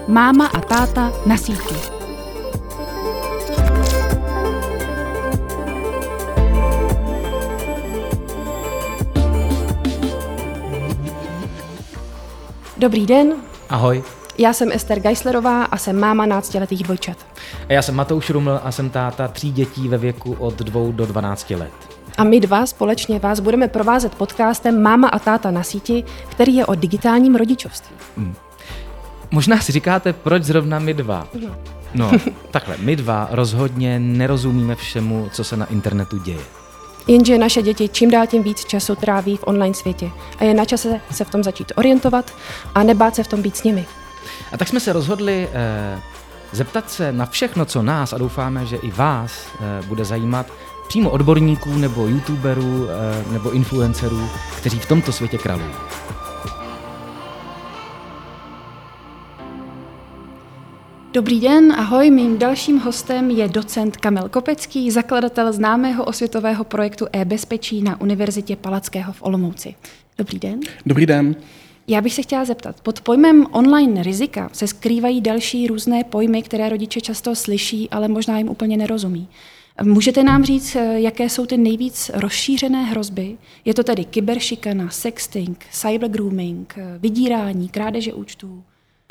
Máma a táta na síti. Dobrý den. Ahoj. Já jsem Ester Geislerová a jsem máma 12letých dvojčat. A já jsem Matouš Ruml a jsem táta 3 dětí ve věku od 2 do 12 let. A my dva společně vás budeme provázet podcastem Máma a táta na síti, který je o digitálním rodičovství. Možná si říkáte, proč zrovna my dva? No, takhle, my dva rozhodně nerozumíme všemu, co se na internetu děje. Jenže naše děti čím dál tím víc času tráví v online světě a je na čase se v tom začít orientovat a nebát se v tom být s nimi. A tak jsme se rozhodli zeptat se na všechno, co nás, a doufáme, že i vás bude zajímat, přímo odborníků nebo youtuberů nebo influencerů, kteří v tomto světě králují. Dobrý den, ahoj, mým dalším hostem je docent Kamil Kopecký, zakladatel známého osvětového projektu e-bezpečí na Univerzitě Palackého v Olomouci. Dobrý den. Dobrý den. Já bych se chtěla zeptat, pod pojmem online rizika se skrývají další různé pojmy, které rodiče často slyší, ale možná jim úplně nerozumí. Můžete nám říct, jaké jsou ty nejvíc rozšířené hrozby? Je to tedy kyberšikana, sexting, cybergrooming, vydírání, krádeže účtů?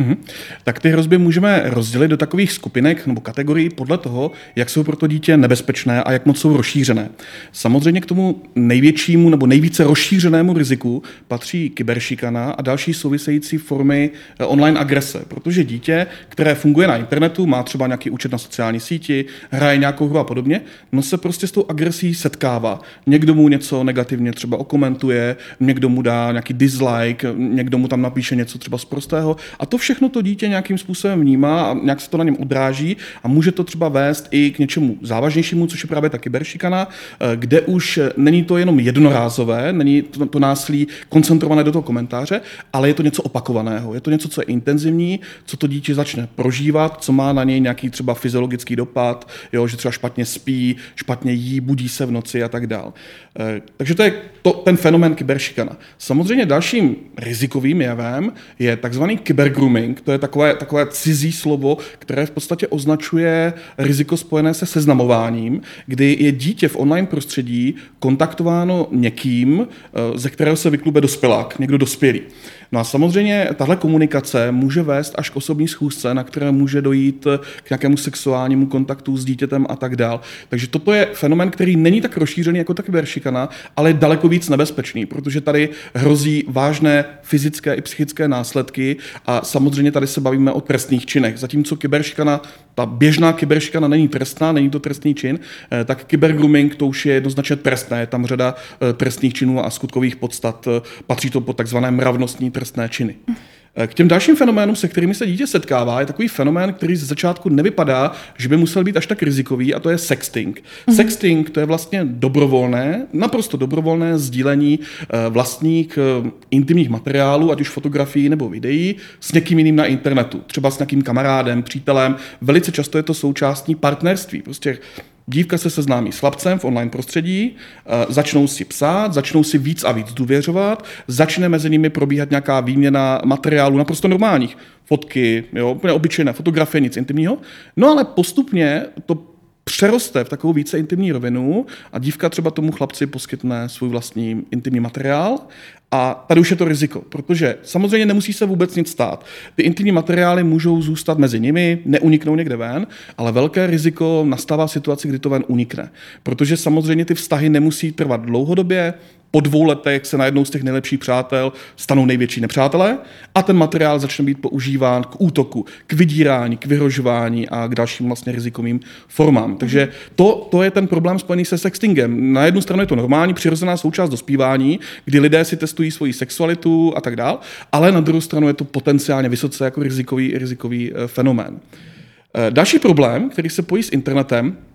Tak ty hrozby můžeme rozdělit do takových skupinek nebo kategorií podle toho, jak jsou pro to dítě nebezpečné a jak moc jsou rozšířené. Samozřejmě k tomu největšímu nebo nejvíce rozšířenému riziku patří kyberšikana a další související formy online agrese, protože dítě, které funguje na internetu, má třeba nějaký účet na sociální síti, hraje nějakou hru a podobně, no se prostě s tou agresí setkává. Někdo mu něco negativně třeba okomentuje, někdo mu dá nějaký dislike, někdo mu tam napíše něco třeba sprostého a to všechno to dítě nějakým způsobem vnímá a nějak se to na něm odráží a může to třeba vést i k něčemu závažnějšímu, což je právě ta kyberšikana, kde už není to jenom jednorázové, není to násilí koncentrované do toho komentáře, ale je to něco opakovaného. Je to něco, co je intenzivní, co to dítě začne prožívat, co má na něj nějaký třeba fyziologický dopad, jo, že třeba špatně spí, špatně jí, budí se v noci a tak dál. Takže to je ten fenomén kyberšikana. Samozřejmě dalším rizikovým jevem je takzvaný kybergrooming. To je takové cizí slovo, které v podstatě označuje riziko spojené se seznamováním, kdy je dítě v online prostředí kontaktováno někým, ze kterého se vyklube dospělák, někdo dospělý. No a samozřejmě tahle komunikace může vést až k osobní schůzce, na které může dojít k nějakému sexuálnímu kontaktu s dítětem a tak dál. Takže toto je fenomén, který není tak rozšířený jako ta kyberšikana, ale je daleko víc nebezpečný, protože tady hrozí vážné fyzické i psychické následky a samozřejmě tady se bavíme o trestných činech. Zatímco kyberšikana, ta běžná kyberšikana není trestná, není to trestný čin, tak kybergrooming to už je jednoznačně trestné. Je tam řada trestných činů a skutkových podstat, patří to pod takzvané mravnostní trestné činy. K těm dalším fenoménům, se kterými se dítě setkává, je takový fenomén, který z začátku nevypadá, že by musel být až tak rizikový, a to je sexting. Sexting to je vlastně dobrovolné, naprosto dobrovolné sdílení vlastních intimních materiálů, ať už fotografií nebo videí, s někým jiným na internetu. Třeba s nějakým kamarádem, přítelem. Velice často je to součástí partnerství. Prostě dívka se seznámí s chlapcem v online prostředí, začnou si psát, začnou si víc a víc důvěřovat, začne mezi nimi probíhat nějaká výměna materiálů naprosto normálních. Fotky, jo, úplně obyčejné fotografie, nic intimního. No ale postupně to přeroste v takovou více intimní rovinu a dívka třeba tomu chlapci poskytne svůj vlastní intimní materiál. A tady už je to riziko, protože samozřejmě nemusí se vůbec nic stát. Ty intimní materiály můžou zůstat mezi nimi, neuniknou někde ven, ale velké riziko nastává v situaci, kdy to ven unikne. Protože samozřejmě ty vztahy nemusí trvat dlouhodobě, po 2 letech se najednou z těch nejlepších přátel stanou největší nepřátelé a ten materiál začne být používán k útoku, k vydírání, k vyhrožování a k dalším vlastně rizikovým formám. Takže to je ten problém spojený se sextingem. Na jednu stranu je to normální, přirozená součást dospívání, kdy lidé si testují svoji sexualitu a tak dál, ale na druhou stranu je to potenciálně vysoce jako rizikový fenomén. Další problém, který se pojí s internetem,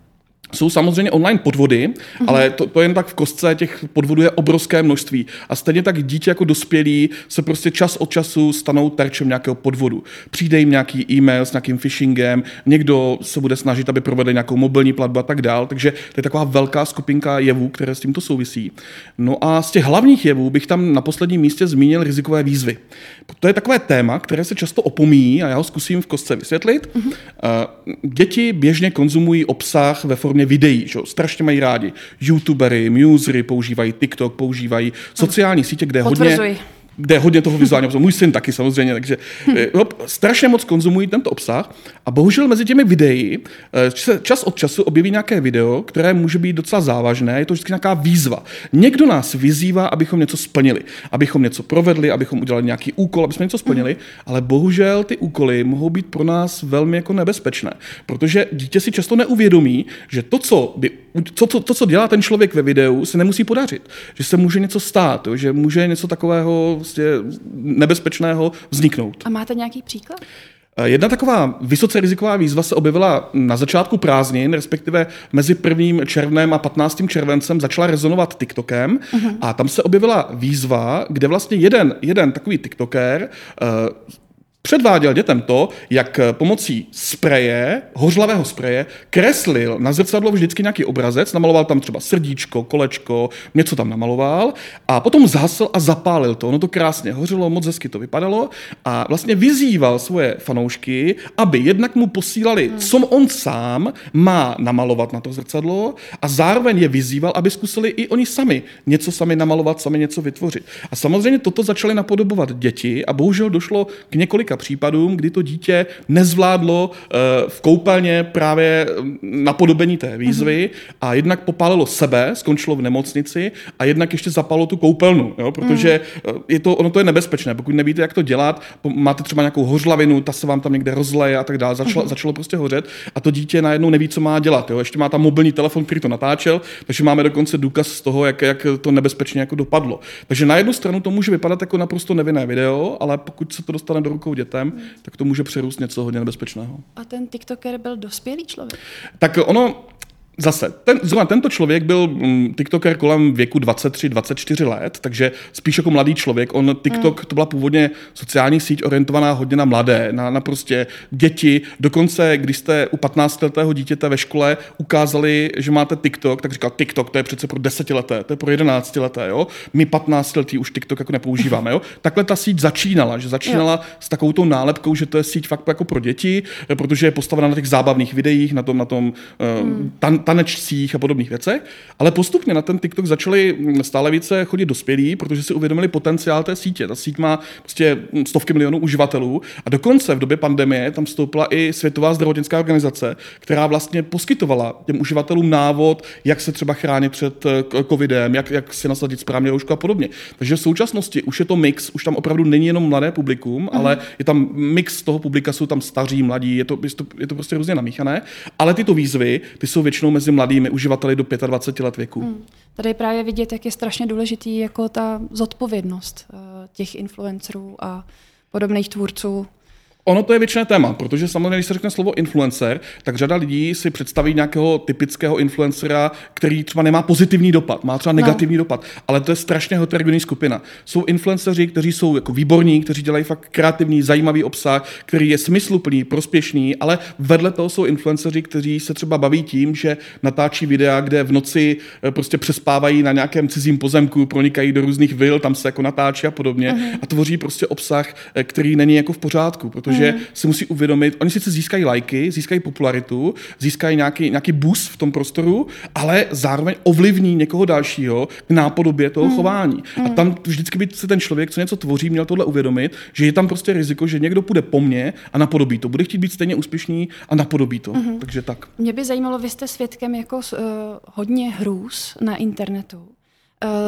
Jsou samozřejmě online podvody, ale to jen tak v kostce, těch podvodů je obrovské množství. A stejně tak dítě jako dospělí se prostě čas od času stanou terčem nějakého podvodu. Přijde jim nějaký e-mail s nějakým phishingem, někdo se bude snažit, aby provedli nějakou mobilní platbu a tak dál, takže to je taková velká skupinka jevů, které s tímto souvisí. No a z těch hlavních jevů bych tam na posledním místě zmínil rizikové výzvy. To je takové téma, které se často opomíjí a já ho zkusím v kostce vysvětlit. Děti běžně konzumují obsah ve formě videí, že? Strašně mají rádi youtubery, musery, používají TikTok, používají sociální sítě, kde je hodně toho vizuálního obsahu. Můj syn taky samozřejmě, takže strašně moc konzumují tento obsah a bohužel mezi těmi videí se čas od času objeví nějaké video, které může být docela závažné, je to vždycky nějaká výzva. Někdo nás vyzývá, abychom něco splnili, abychom něco provedli, abychom udělali nějaký úkol, aby jsme něco splnili, ale bohužel ty úkoly mohou být pro nás velmi jako nebezpečné, protože dítě si často neuvědomí, že to, co dělá ten člověk ve videu, se nemusí podařit, že se může něco stát, že může něco takového vlastně nebezpečného vzniknout. A máte nějaký příklad? Jedna taková vysoce riziková výzva se objevila na začátku prázdnin, respektive mezi 1. červnem a 15. červencem začala rezonovat TikTokem a tam se objevila výzva, kde vlastně jeden takový TikToker předváděl dětem to, jak pomocí spreje, hořlavého spreje, kreslil na zrcadlo vždycky nějaký obrazec, namaloval tam třeba srdíčko, kolečko, něco tam namaloval a potom zhasl a zapálil to. Ono to krásně hořelo, moc hezky to vypadalo a vlastně vyzýval svoje fanoušky, aby jednak mu posílali, co on sám má namalovat na to zrcadlo a zároveň je vyzýval, aby zkusili i oni sami něco sami namalovat, sami něco vytvořit. A samozřejmě toto začaly napodobovat děti a bohužel došlo k několika případům, kdy to dítě nezvládlo v koupelně právě napodobení té výzvy a jednak popálilo sebe, skončilo v nemocnici a jednak ještě zapalo tu koupelnu, jo? Protože ono to je nebezpečné, pokud nevíte, jak to dělat, máte třeba nějakou hořlavinu, ta se vám tam někde rozleje a tak dále, začalo prostě hořet a to dítě najednou neví, co má dělat. Jo? Ještě má tam mobilní telefon, který to natáčel, takže máme dokonce důkaz z toho, jak to nebezpečně jako dopadlo. Takže na jednu stranu to může vypadat jako naprosto nevinné video, ale pokud se to dostane do rukou dětem, tak to může přerůst něco hodně nebezpečného. A ten TikToker byl dospělý člověk? Tak zase, tento člověk byl TikToker kolem věku 23-24 let, takže spíš jako mladý člověk. TikTok to byla původně sociální síť orientovaná hodně na mladé, na prostě děti. Dokonce, když jste u 15letého dítěte ve škole ukázali, že máte TikTok, tak říkal, TikTok to je přece pro 10leté, to je pro 11leté, jo. My 15letí už TikTok jako nepoužíváme, jo. Takhle ta síť začínala s takovou nálepkou, že to je síť fakt jako pro děti, protože je postavena na těch zábavných videích, na tom tanečcích a podobných věcech, ale postupně na ten TikTok začali stále více chodit dospělí, protože si uvědomili potenciál té sítě. Ta síť má prostě stovky milionů uživatelů a dokonce v době pandemie tam vstoupila i Světová zdravotnická organizace, která vlastně poskytovala těm uživatelům návod, jak se třeba chránit před covidem, jak si nasadit správně roušku a podobně. Takže v současnosti už je to mix, už tam opravdu není jenom mladé publikum, ale je tam mix toho publika, jsou tam staří, mladí, je to prostě různě namíchané, ale tyto výzvy, ty jsou většinou mezi mladými uživateli do 25 let věku. Tady je právě vidět, jak je strašně důležitý jako ta zodpovědnost těch influencerů a podobných tvůrců. Ono to je většiné téma, protože samozřejmě, když se řekne slovo influencer, tak řada lidí si představí nějakého typického influencera, který třeba nemá pozitivní dopad, má třeba negativní dopad, ale to je strašně heterogenní skupina. Jsou influenceři, kteří jsou jako výborní, kteří dělají fakt kreativní, zajímavý obsah, který je smysluplný, prospěšný, ale vedle toho jsou influenceři, kteří se třeba baví tím, že natáčí videa, kde v noci prostě přespávají na nějakém cizím pozemku, pronikají do různých vil, tam se jako natáčí a podobně a tvoří prostě obsah, který není jako v pořádku, protože si musí uvědomit, oni sice získají lajky, získají popularitu, získají nějaký boost v tom prostoru, ale zároveň ovlivní někoho dalšího k nápodobě toho chování. A tam vždycky by se ten člověk, co něco tvoří, měl tohle uvědomit, že je tam prostě riziko, že někdo půjde po mně a napodobí to. Bude chtít být stejně úspěšný a napodobí to. Takže tak. Mě by zajímalo, vy jste svědkem jako hodně hrůz na internetu.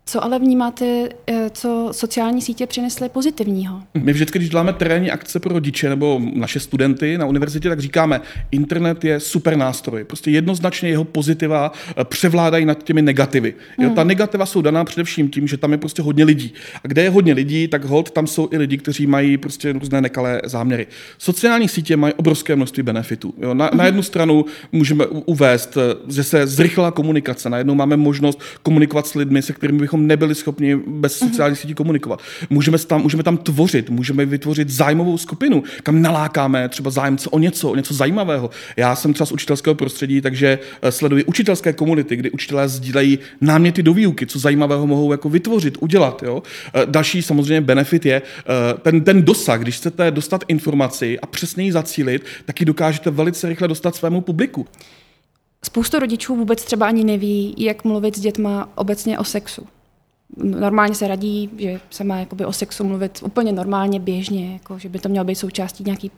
Co ale vnímáte, co sociální sítě přinesly pozitivního? My vždycky, když děláme terénní akce pro rodiče nebo naše studenty na univerzitě, tak říkáme, internet je super nástroj. Prostě jednoznačně jeho pozitiva převládají nad těmi negativy. Jo, ta negativa jsou daná především tím, že tam je prostě hodně lidí. A kde je hodně lidí, tak holt tam jsou i lidi, kteří mají prostě různé nekalé záměry. Sociální sítě mají obrovské množství benefitů. Jo, na jednu stranu můžeme uvést, že se zrychlila komunikace. Najednou máme možnost komunikovat s lidmi, se kterými bychom nebyli schopni bez sociálních sítí komunikovat. Můžeme tam tvořit, můžeme vytvořit zájmovou skupinu, kam nalákáme třeba zájemce o něco zajímavého. Já jsem třeba z učitelského prostředí, takže sleduji učitelské komunity, kdy učitelé sdílejí náměty do výuky, co zajímavého mohou jako vytvořit, udělat. Jo? Další samozřejmě benefit je ten dosah, když chcete dostat informaci a přesně ji zacílit, tak ji dokážete velice rychle dostat svému publiku. Spoustu rodičů vůbec třeba ani neví, jak mluvit s dětma obecně o sexu. Normálně se radí, že se má jakoby o sexu mluvit úplně normálně, běžně, jako, že by to mělo být součástí nějaký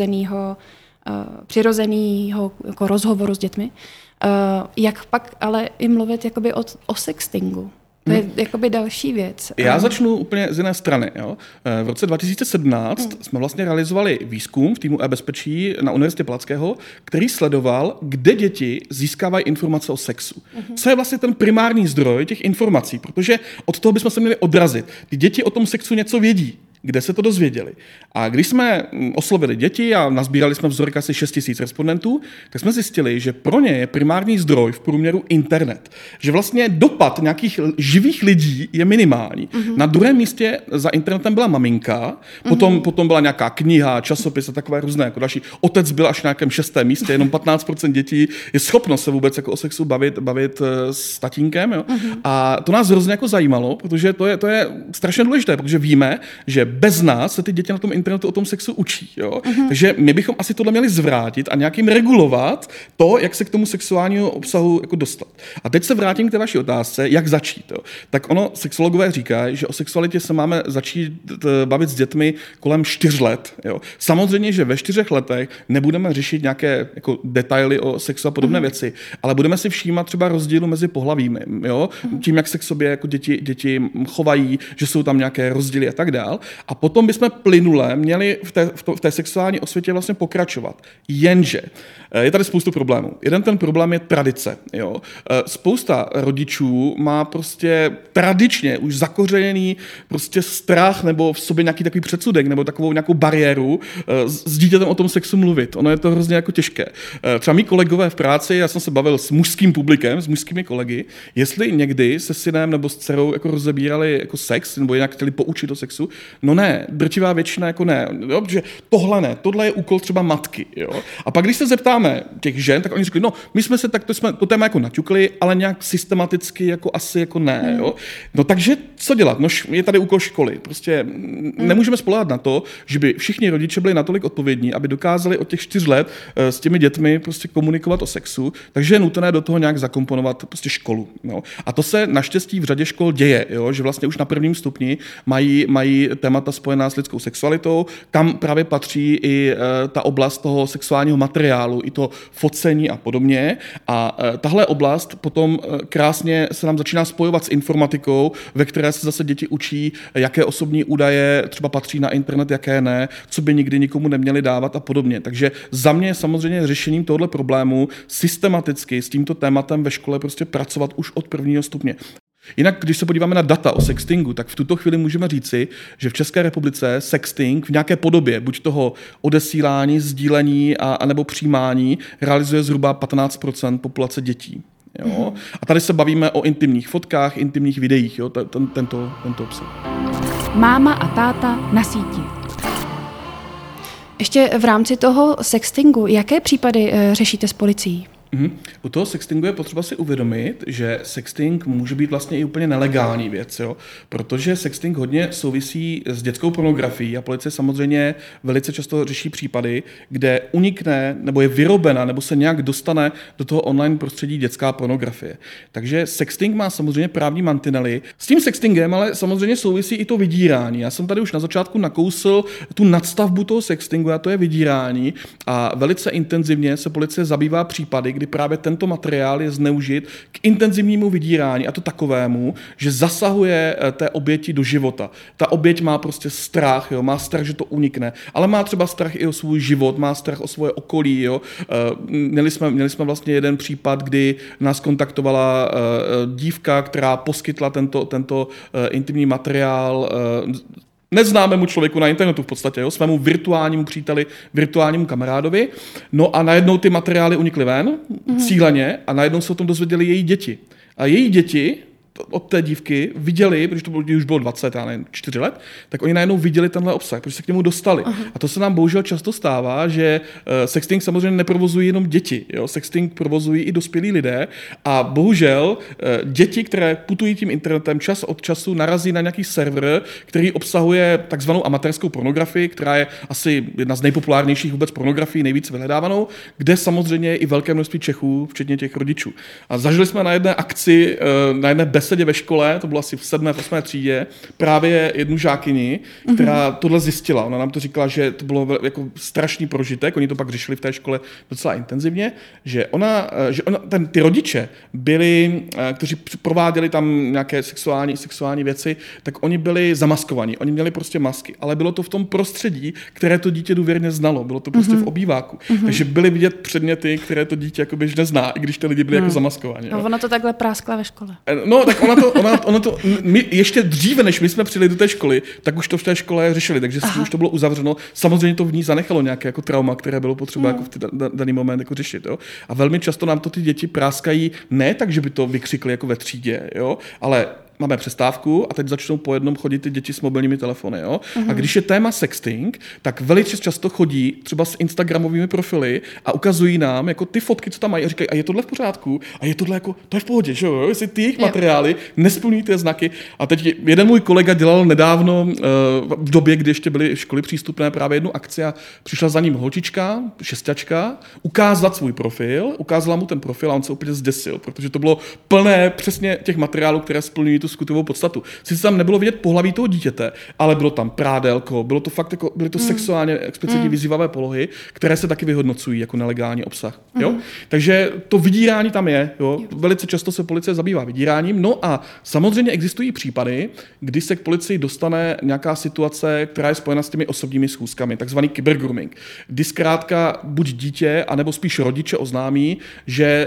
přirozenýho jako rozhovoru s dětmi. Jak pak ale i mluvit jakoby o sextingu? To je jakoby další věc. Já začnu úplně z jiné strany. Jo. V roce 2017 jsme vlastně realizovali výzkum v týmu e-bezpečí na Univerzitě Palackého, který sledoval, kde děti získávají informace o sexu. Co je vlastně ten primární zdroj těch informací, protože od toho bychom se měli odrazit. Ty děti o tom sexu něco vědí. Kde se to dozvěděli. A když jsme oslovili děti a nazbírali jsme vzorek asi 6 000 respondentů, tak jsme zjistili, že pro ně je primární zdroj v průměru internet. Že vlastně dopad nějakých živých lidí je minimální. Na druhém místě za internetem byla maminka, potom byla nějaká kniha, časopis a takové různé jako další. Otec byl až na nějakém 6. místě, jenom 15% dětí je schopno se vůbec jako o sexu bavit s tatínkem. Jo? A to nás hrozně jako zajímalo, protože to je strašně důležité, protože víme, že bez nás se ty děti na tom internetu o tom sexu učí. Jo? Takže my bychom asi tohle měli zvrátit a nějakým regulovat to, jak se k tomu sexuálního obsahu jako dostat. A teď se vrátím k té vaší otázce, jak začít. Jo? Tak sexologové říkají, že o sexualitě se máme začít bavit s dětmi kolem 4 let. Jo? Samozřejmě, že ve 4 letech nebudeme řešit nějaké jako detaily o sexu a podobné věci, ale budeme si všímat třeba rozdílu mezi pohlavími. Jo? Tím, jak se k sobě jako děti chovají, že jsou tam nějaké rozdíly a tak dál. A potom bychom plynule měli v té sexuální osvětě vlastně pokračovat. Jenže je tady spoustu problémů. Jeden ten problém je tradice. Jo? Spousta rodičů má prostě tradičně už zakořeněný prostě strach nebo v sobě nějaký takový předsudek nebo takovou nějakou bariéru s dítětem o tom sexu mluvit. Ono je to hrozně jako těžké. Třeba mý kolegové v práci, já jsem se bavil s mužským publikem, s mužskými kolegy, jestli někdy se synem nebo s dcerou jako rozebírali jako sex nebo jinak chtěli poučit o sexu. No ne, drtivá většina jako ne. Jo, protože tohle ne, tohle je úkol třeba matky. Jo. A pak, když se zeptáme těch žen, tak oni řekli, no, my jsme se to téma jako naťukli, ale nějak systematicky jako asi jako ne. Jo. No takže co dělat? No, je tady úkol školy. Prostě nemůžeme spoléhat na to, že by všichni rodiče byli natolik odpovědní, aby dokázali od těch 4 let s těmi dětmi prostě komunikovat o sexu, takže je nutné do toho nějak zakomponovat prostě školu. Jo. A to se naštěstí v řadě škol děje, jo, že vlastně už na 1. stupni mají témata spojená s lidskou sexualitou, kam právě patří i ta oblast toho sexuálního materiálu, i to focení a podobně. A tahle oblast potom krásně se nám začíná spojovat s informatikou, ve které se zase děti učí, jaké osobní údaje třeba patří na internet, jaké ne, co by nikdy nikomu neměli dávat a podobně. Takže za mě je samozřejmě řešením tohoto problému systematicky s tímto tématem ve škole prostě pracovat už od 1. stupně. Jinak, když se podíváme na data o sextingu, tak v tuto chvíli můžeme říci, že v České republice sexting v nějaké podobě, buď toho odesílání, sdílení a nebo přijímání, realizuje zhruba 15% populace dětí. Jo? A tady se bavíme o intimních fotkách, intimních videích, jo? Tento obsah. Máma a táta na síti. Ještě v rámci toho sextingu, jaké případy řešíte s policií? U toho sextingu je potřeba si uvědomit, že sexting může být vlastně i úplně nelegální věc, jo? Protože sexting hodně souvisí s dětskou pornografií a policie samozřejmě velice často řeší případy, kde unikne nebo je vyrobena nebo se nějak dostane do toho online prostředí dětská pornografie. Takže sexting má samozřejmě právní mantinely. S tím sextingem ale samozřejmě souvisí i to vydírání. Já jsem tady už na začátku nakousl tu nadstavbu toho sextingu a to je vydírání a velice intenzivně se policie zabývá případy, kdy právě tento materiál je zneužit k intenzivnímu vydírání, a to takovému, že zasahuje té oběti do života. Ta oběť má prostě strach, jo, má strach, že to unikne, ale má třeba strach i o svůj život, má strach o svoje okolí. Jo. Měli jsme vlastně jeden případ, kdy nás kontaktovala dívka, která poskytla tento intimní materiál neznámému člověku na internetu v podstatě, jo, svému virtuálnímu příteli, virtuálnímu kamarádovi. No a najednou ty materiály unikly ven, cíleně, a najednou se o tom dozvěděli její děti. A její děti od té dívky viděli, protože to už bylo 24 let, tak oni najednou viděli tenhle obsah, protože se k němu dostali. A to se nám bohužel často stává, že sexting samozřejmě neprovozují jenom děti. Jo? Sexting provozují i dospělí lidé a bohužel děti, které putují tím internetem, čas od času narazí na nějaký server, který obsahuje takzvanou amatérskou pornografii, která je asi jedna z nejpopulárnějších vůbec pornografií, nejvíc vyhledávanou, kde samozřejmě je i velké množství Čechů, včetně těch rodičů. A zažili jsme na jedné akci, na jedné besedě ve škole, to bylo asi v 7. 8. třídě, právě jednu žákyni, která tohle zjistila. Ona nám to říkala, že to bylo jako strašný prožitek, oni to pak řešili v té škole docela intenzivně, že ty rodiče byli, kteří prováděli tam nějaké sexuální věci, tak oni byli zamaskovaní, oni měli prostě masky, ale bylo to v tom prostředí, které to dítě důvěrně znalo, bylo to prostě v obýváku. Takže byly vidět předměty, které to dítě jako běžně zná, i když ty lidi byli jako zamaskovaní. No, ono to takhle práskla ve škole. No, tak ona to my ještě dříve, než my jsme přijeli do té školy, tak už to v té škole řešili, takže už to bylo uzavřeno. Samozřejmě to v ní zanechalo nějaké jako trauma, které bylo potřeba jako v daný moment jako řešit. Jo? A velmi často nám to ty děti práskají ne tak, že by to vykřikli jako ve třídě, jo? Ale máme přestávku a teď začnou po jednom chodit ty děti s mobilními telefony. Jo? A když je téma sexting, tak velice často chodí třeba s instagramovými profily a ukazují nám jako ty fotky, co tam mají, a říkají, a je tohle v pořádku, a je tohle jako, to je v pohodě, že jo? Jestli ty jejich materiály nesplňují ty znaky. A teď jeden můj kolega dělal nedávno v době, kdy ještě byly školy přístupné, právě jednu akci a přišla za ním holčička, šestačka, ukázat svůj profil, ukázala mu ten profil a on se úplně zděsil, protože to bylo plné přesně těch materiálů, které splňují tu skutkovou podstatu. Sice tam nebylo vidět pohlaví toho dítěte, ale bylo tam prádelko, bylo to fakt jako, byly to sexuálně explicitně vyzývavé polohy, které se taky vyhodnocují jako nelegální obsah. Jo? Takže to vydírání tam je. Jo? Velice často se policie zabývá vydíráním. No a samozřejmě existují případy, kdy se k policii dostane nějaká situace, která je spojena s těmi osobními schůzkami, takzvaný kybergrooming. Kdy zkrátka buď dítě, anebo spíš rodiče oznámí, že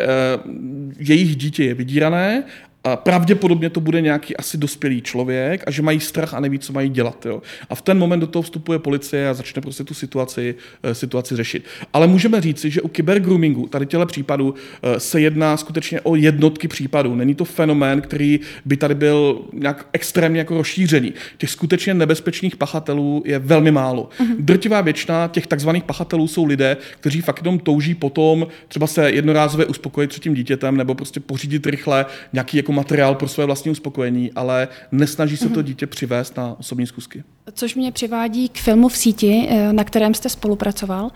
jejich dítě je vydírané, a pravděpodobně to bude nějaký asi dospělý člověk a že mají strach a neví, co mají dělat. Jo. A v ten moment do toho vstupuje policie a začne prostě tu situaci řešit. Ale můžeme říci, že u kybergroomingu, tady těchto případů, se jedná skutečně o jednotky případů. Není to fenomén, který by tady byl nějak extrémně jako rozšířený. Těch skutečně nebezpečných pachatelů je velmi málo. Drtivá většina těch takzvaných pachatelů jsou lidé, kteří fakt jenom touží potom třeba se jednorázově uspokojit před tím dítětem nebo prostě pořídit rychle nějaký jako materiál pro své vlastní uspokojení, ale nesnaží se to dítě přivést na osobní schůzky. Což mě přivádí k filmu V síti, na kterém jste spolupracoval.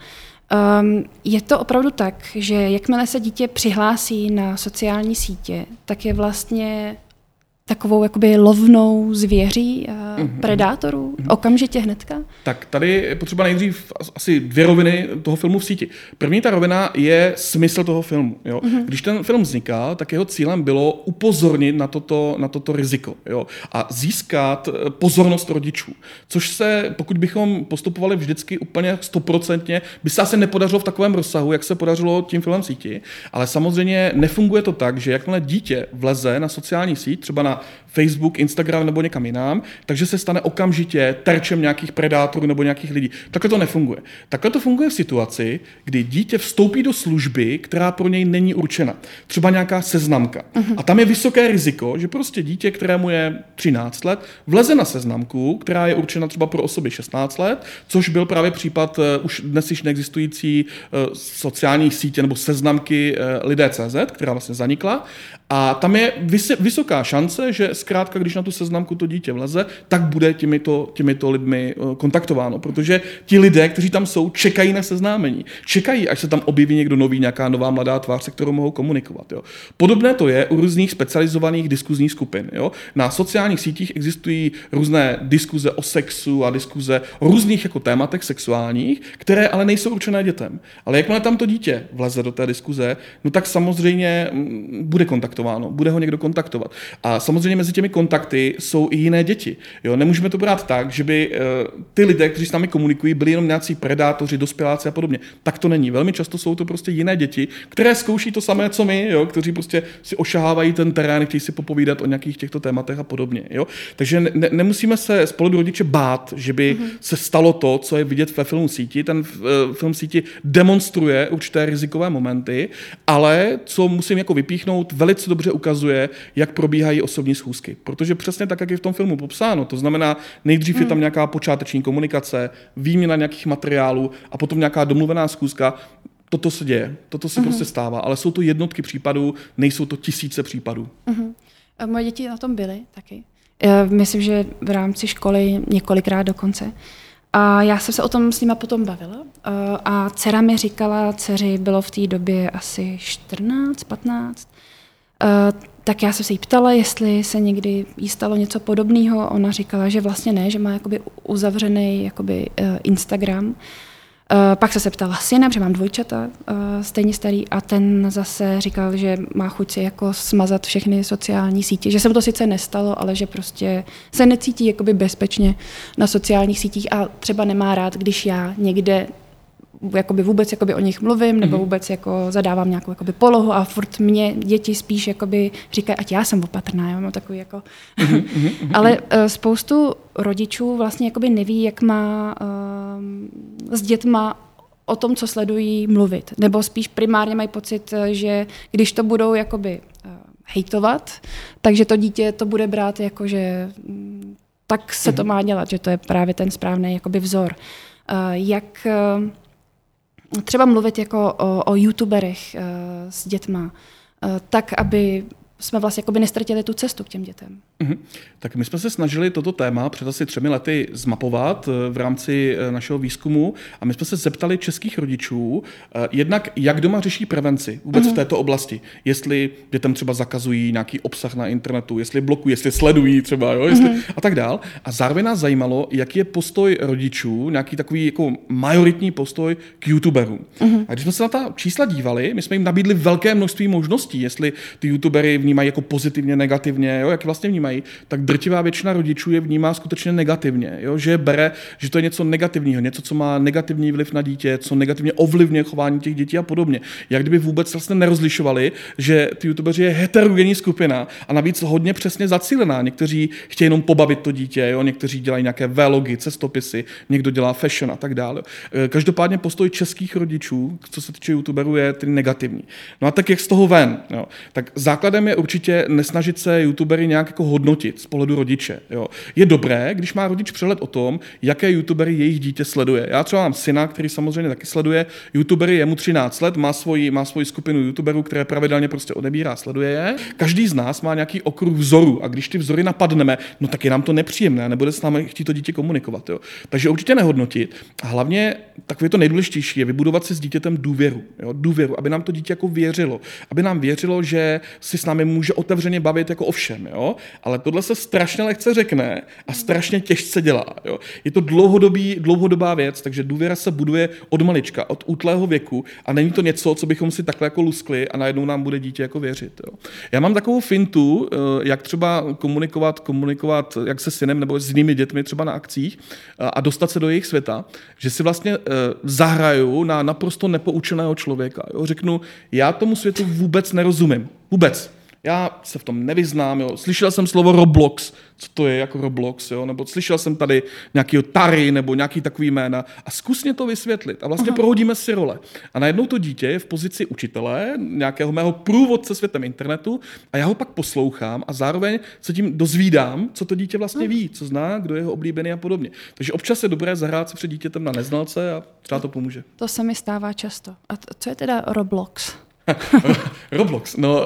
Je to opravdu tak, že jakmile se dítě přihlásí na sociální sítě, tak je vlastně takovou jakoby lovnou zvěří predátorů okamžitě hnedka? Tak tady je potřeba nejdřív asi 2 roviny toho filmu V síti. První ta rovina je smysl toho filmu. Jo? Když ten film vznikal, tak jeho cílem bylo upozornit na toto riziko, jo? A získat pozornost rodičů. Což se, pokud bychom postupovali vždycky úplně 100%, by se asi nepodařilo v takovém rozsahu, jak se podařilo tím filmem V síti, ale samozřejmě nefunguje to tak, že jakmile dítě vleze na sociální síť, třeba na Facebook, Instagram nebo někam jinam, takže se stane okamžitě terčem nějakých predátorů nebo nějakých lidí. Takhle to nefunguje. Takhle to funguje v situaci, kdy dítě vstoupí do služby, která pro něj není určena. Třeba nějaká seznamka. A tam je vysoké riziko, že prostě dítě, kterému je 13 let, vleze na seznamku, která je určena třeba pro osoby 16 let, což byl právě případ už dnes již neexistující sociální sítě nebo seznamky Lidé.cz, která vlastně zanikla. A tam je vysoká šance, že zkrátka, když na tu seznamku to dítě vleze, tak bude těmito lidmi kontaktováno, protože ti lidé, kteří tam jsou, čekají na seznámení. Čekají, až se tam objeví někdo nový, nějaká nová mladá tvář, se kterou mohou komunikovat. Jo. Podobné to je u různých specializovaných diskuzních skupin. Jo. Na sociálních sítích existují různé diskuze o sexu a diskuze o různých jako tématech sexuálních, které ale nejsou určené dětem. Ale jakmile tam to dítě vleze do té diskuze, no tak samozřejmě bude kontaktováno, bude ho někdo kontaktovat. A samozřejmě mezi těmi kontakty jsou i jiné děti. Jo. Nemůžeme to brát tak, že by ty lidé, kteří s námi komunikují, byli jenom nějací predátoři, dospěláci a podobně. Tak to není. Velmi často jsou to prostě jiné děti, které zkouší to samé, co my, jo, kteří prostě si ošahávají ten terén, chtějí si popovídat o nějakých těchto tématech a podobně. Jo. Takže nemusíme se z pohledu rodiče bát, že by se stalo to, co je vidět ve filmu Síti. Ten film Síti demonstruje určité rizikové momenty, ale co musím jako vypíchnout, velice dobře ukazuje, jak probíhají osobní schůzky. Protože přesně tak, jak je v tom filmu popsáno, to znamená, nejdřív je tam nějaká počáteční komunikace, výměna nějakých materiálů a potom nějaká domluvená schůzka. Toto se děje, toto se prostě stává, ale jsou to jednotky případů, nejsou to tisíce případů. Moje děti na tom byly taky. Myslím, že v rámci školy několikrát dokonce. A já jsem se o tom s nima potom bavila a dcera mi říkala, dceři bylo v té době asi 14, 15, tak já jsem se jí ptala, jestli se někdy jí stalo něco podobného. Ona říkala, že vlastně ne, že má jakoby uzavřený jakoby Instagram. Pak se ptala syna, protože mám dvojčata, stejně starý, a ten zase říkal, že má chuť si jako smazat všechny sociální sítě, že se mu to sice nestalo, ale že prostě se necítí jakoby bezpečně na sociálních sítích a třeba nemá rád, když já někde jakoby vůbec jakoby o nich mluvím, nebo vůbec jako zadávám nějakou jakoby polohu a furt mě děti spíš jakoby říkají, ať já jsem opatrná, já mám takový jako... Ale spoustu rodičů vlastně jakoby neví, jak má s dětma o tom, co sledují, mluvit. Nebo spíš primárně mají pocit, že když to budou jakoby hejtovat, takže to dítě to bude brát jako, že tak se to má dělat, že to je právě ten správný jakoby vzor. Jak třeba mluvit jako o youtuberech s dětma, tak, aby jsme vlastně jakoby nestratili tu cestu k těm dětem. Tak my jsme se snažili toto téma před asi 3 lety zmapovat v rámci našeho výzkumu a my jsme se zeptali českých rodičů, jednak jak doma řeší prevenci vůbec v této oblasti. Jestli dětem třeba zakazují nějaký obsah na internetu, jestli blokují, jestli sledují třeba, jo, jestli, a tak dál. A zároveň nás zajímalo, jaký je postoj rodičů, nějaký takový jako majoritní postoj k youtuberům. A když jsme se na ta čísla dívali, my jsme jim nabídli velké množství možností, jestli ty youtubery vnímají jako pozitivně, negativně, jo, jak vlastně vnímají, tak drtivá většina rodičů je vnímá skutečně negativně, jo, že bere, že to je něco negativního, něco, co má negativní vliv na dítě, co negativně ovlivňuje chování těch dětí a podobně. Jak kdyby vůbec vlastně nerozlišovali, že ty youtubeři je heterogenní skupina a navíc hodně přesně zacílená. Někteří chtějí jenom pobavit to dítě, jo, někteří dělají nějaké vlogy, cestopisy, někdo dělá fashion a tak dále. Každopádně postoj českých rodičů, co se týče youtuberů, je tedy negativní. No a tak jak z toho ven, jo? Tak základem je určitě nesnažit se youtubery nějak jako hodnotit z pohledu rodiče. Jo. Je dobré, když má rodič přehled o tom, jaké youtubery jejich dítě sleduje. Já třeba mám syna, který samozřejmě taky sleduje youtubery, je mu 13 let, má svoji skupinu youtuberů, které pravidelně prostě odebírá, sleduje je. Každý z nás má nějaký okruh vzorů a když ty vzory napadneme, no tak je nám to nepříjemné, nebude s námi chtít to dítě komunikovat. Jo. Takže určitě nehodnotit. A hlavně takové to nejdůležitější je vybudovat si s dítětem důvěru. Jo. Důvěru, aby nám to dítě jako věřilo. Aby nám věřilo, že si s námi může otevřeně bavit jako o všem, jo? Ale tohle se strašně lehce řekne a strašně těžce dělá. Jo? Je to dlouhodobá věc, takže důvěra se buduje od malička, od útlého věku a není to něco, co bychom si takhle jako luskli a najednou nám bude dítě jako věřit. Jo? Já mám takovou fintu, jak třeba komunikovat jak se synem nebo s jinými dětmi třeba na akcích a dostat se do jejich světa, že si vlastně zahraju na naprosto nepoučeného člověka. Jo? Řeknu, já tomu světu vůbec nerozumím. Vůbec. Já se v tom nevyznám, jo. Slyšel jsem slovo Roblox, co to je jako Roblox, jo? Nebo slyšel jsem tady nějakýho Tary nebo nějaký takový jména a zkus mě to vysvětlit a vlastně prohodíme si role. A najednou to dítě je v pozici učitele, nějakého mého průvodce světem internetu a já ho pak poslouchám a zároveň se tím dozvídám, co to dítě vlastně ví, co zná, kdo je jeho oblíbený a podobně. Takže občas je dobré zahrát si před dítětem na neznalce a třeba to pomůže. To se mi stává často. A co je teda Roblox? Roblox, no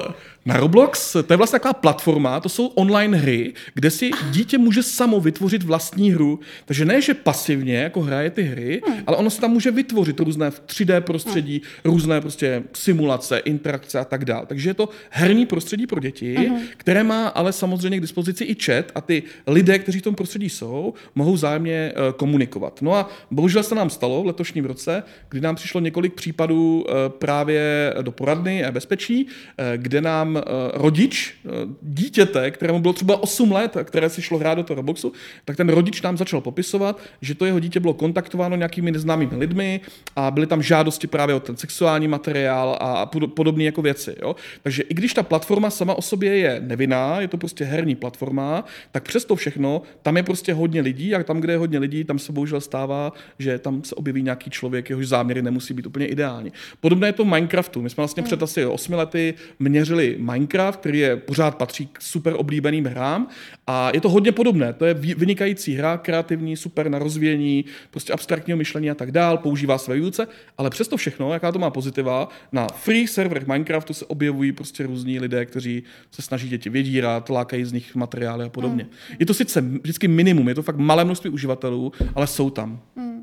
Na Roblox, to je vlastně taková platforma, to jsou online hry, kde si dítě může samo vytvořit vlastní hru. Takže ne, že pasivně jako hraje ty hry, ale ono se tam může vytvořit různé 3D prostředí, různé prostě simulace, interakce a tak dále. Takže je to herní prostředí pro děti, které má ale samozřejmě k dispozici i chat a ty lidé, kteří v tom prostředí jsou, mohou vzájemně komunikovat. No a bohužel se nám stalo v letošním roce, kdy nám přišlo několik případů právě do poradny a bezpečí, kde nám rodič dítěte, kterému bylo třeba 8 let, které si šlo hrát do toho Robloxu, tak ten rodič nám začal popisovat, že to jeho dítě bylo kontaktováno nějakými neznámými lidmi a byly tam žádosti právě o ten sexuální materiál a podobné jako věci. Jo? Takže i když ta platforma sama o sobě je nevinná, je to prostě herní platforma, tak přesto všechno, tam je prostě hodně lidí a tam, kde je hodně lidí, tam se bohužel stává, že tam se objeví nějaký člověk, jehož záměry nemusí být úplně ideální. Podobné je to v Minecraftu. My jsme vlastně před asi 8 lety měřili Minecraft, který pořád patří k super oblíbeným hrám a je to hodně podobné. To je vynikající hra, kreativní, super na rozvíjení, prostě abstraktního myšlení a tak dál, používá své výuce, ale přesto všechno, jaká to má pozitiva, na free serverech Minecraftu se objevují prostě různí lidé, kteří se snaží děti vydírat, lákají z nich materiály a podobně. Je to sice vždycky minimum, je to fakt malé množství uživatelů, ale jsou tam.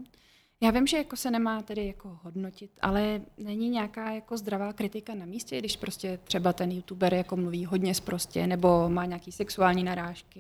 Já vím, že jako se nemá tedy jako hodnotit, ale není nějaká jako zdravá kritika na místě, když prostě třeba ten youtuber jako mluví hodně sprostě nebo má nějaký sexuální narážky.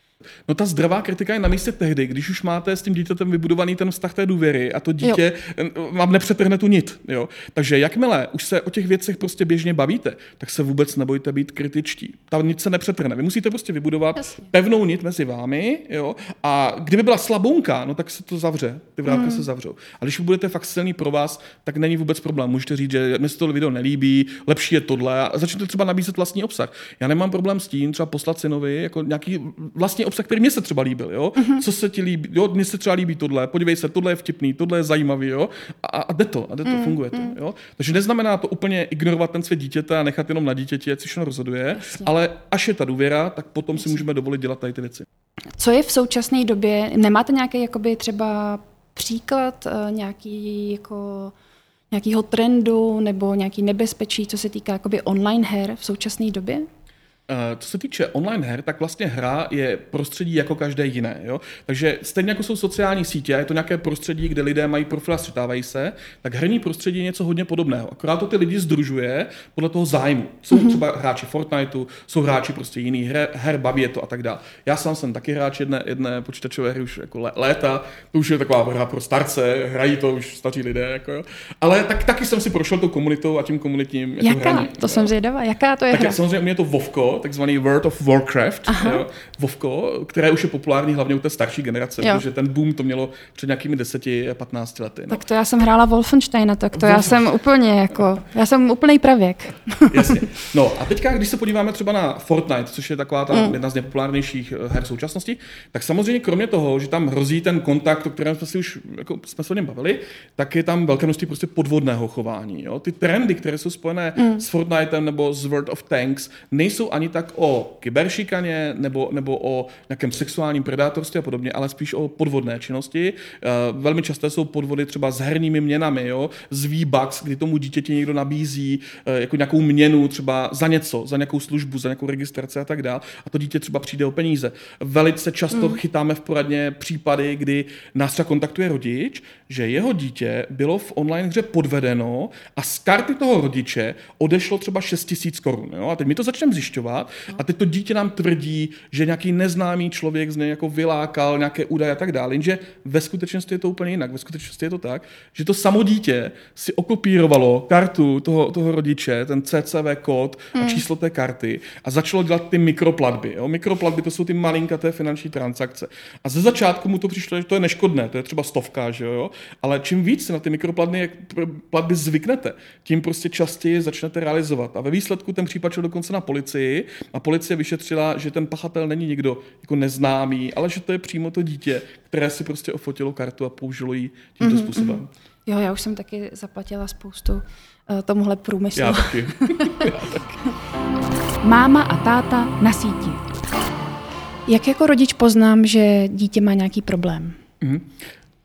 No ta zdravá kritika je na místě tehdy, když už máte s tím dítětem vybudovaný ten vztah té důvěry a to dítě vám nepřetrhne tu nit. Jo? Takže jakmile už se o těch věcech prostě běžně bavíte, tak se vůbec nebojte být kritičtí. Ta nit se nepřetrhne. Vy musíte prostě vybudovat pevnou nit mezi vámi, jo? A kdyby byla slabounka, no tak se to zavře. Ty vrátky se zavřou. A když budete fakt silný pro vás, tak není vůbec problém. Můžete říct, že mi se to video nelíbí, lepší je tohle a začnete třeba nabízet vlastní obsah. Já nemám problém s tím, třeba poslat synovi jako nějaký vlastní obsah, který mně se třeba líbil, jo? Co se ti líbí, jo? Mně se třeba líbí tohle, podívej se, tohle je vtipný, tohle je zajímavý, jo? A jde to, funguje to, jo? Takže neznamená to úplně ignorovat ten svět dítěte a nechat jenom na dítěti, ať si všechno rozhoduje, ale až je ta důvěra, tak potom si můžeme dovolit dělat tady ty věci. Co je v současné době, nemáte nějaký jakoby třeba příklad nějakýho trendu nebo nějaký nebezpečí, co se týká jakoby online her v současné době? Co se týče online her, tak vlastně hra je prostředí jako každé jiné. Jo? Takže stejně jako jsou sociální sítě a je to nějaké prostředí, kde lidé mají profil a střetávají se, tak herní prostředí je něco hodně podobného. Akorát to ty lidi sdružuje podle toho zájmu. Jsou třeba hráči Fortniteu, jsou hráči prostě jiných her, baví je to a tak dále. Já sám jsem taky hráč jedné počítačové hry už jako léta, to už je taková hra pro starce, hrají to už staří lidé. Jako jo. Ale taky jsem si prošel tou komunitou a tím komunitním jako jaká? hraní. To jsem zvědavá. Jaká to je tak hra? Samozřejmě u mě je to WoWko, takzvaný World of Warcraft, jo, WoWko, které už je populární hlavně u té starší generace, protože ten boom to mělo před nějakými 10-15 lety. No. Tak to já jsem hrála Wolfensteina, tak to já jsem úplnej pravěk. Jasně. No a teďka, když se podíváme třeba na Fortnite, což je taková ta jedna z nejpopulárnějších her v současnosti, tak samozřejmě kromě toho, že tam hrozí ten kontakt, o kterém jsme si už jako, jsme se o něm bavili, tak je tam velké množství prostě podvodného chování. Jo. Ty trendy, které jsou spojené s Fortnitem nebo s World of Tanks, nejsou ani tak o kyberšikaně nebo o nějakém sexuálním predátorství a podobně, ale spíš o podvodné činnosti. Velmi časté jsou podvody třeba s herními měnami, jo? Z V-Bucks, kdy tomu dítěti někdo nabízí jako nějakou měnu třeba za něco, za nějakou službu, za nějakou registraci a tak dále. A to dítě třeba přijde o peníze. Velice často chytáme v poradně případy, kdy nás třeba kontaktuje rodič, že jeho dítě bylo v online hře podvedeno a z karty toho rodiče odešlo třeba 6 000 korun. Jo? A teď my to začneme zjišťovat a teď to dítě nám tvrdí, že nějaký neznámý člověk z něj jako vylákal nějaké údaje a tak dále, jenže ve skutečnosti je to úplně jinak. Ve skutečnosti je to tak, že to samo dítě si okopírovalo kartu toho rodiče, ten CCV kód a číslo té karty a začalo dělat ty mikroplatby. Jo? Mikroplatby to jsou ty malinkaté finanční transakce. A ze začátku mu to přišlo, že to je neškodné, to je třeba 100, že jo? Ale čím víc se na ty mikroplatby zvyknete, tím prostě častěji začnete realizovat. A ve výsledku ten případ šel dokonce na policii a policie vyšetřila, že ten pachatel není nikdo jako neznámý, ale že to je přímo to dítě, které si prostě ofotilo kartu a použilo ji tímto způsobem. Jo, já už jsem taky zaplatila spoustu tomuhle průmyslu. Já taky. Máma a táta na síti. Jak jako rodič poznám, že dítě má nějaký problém?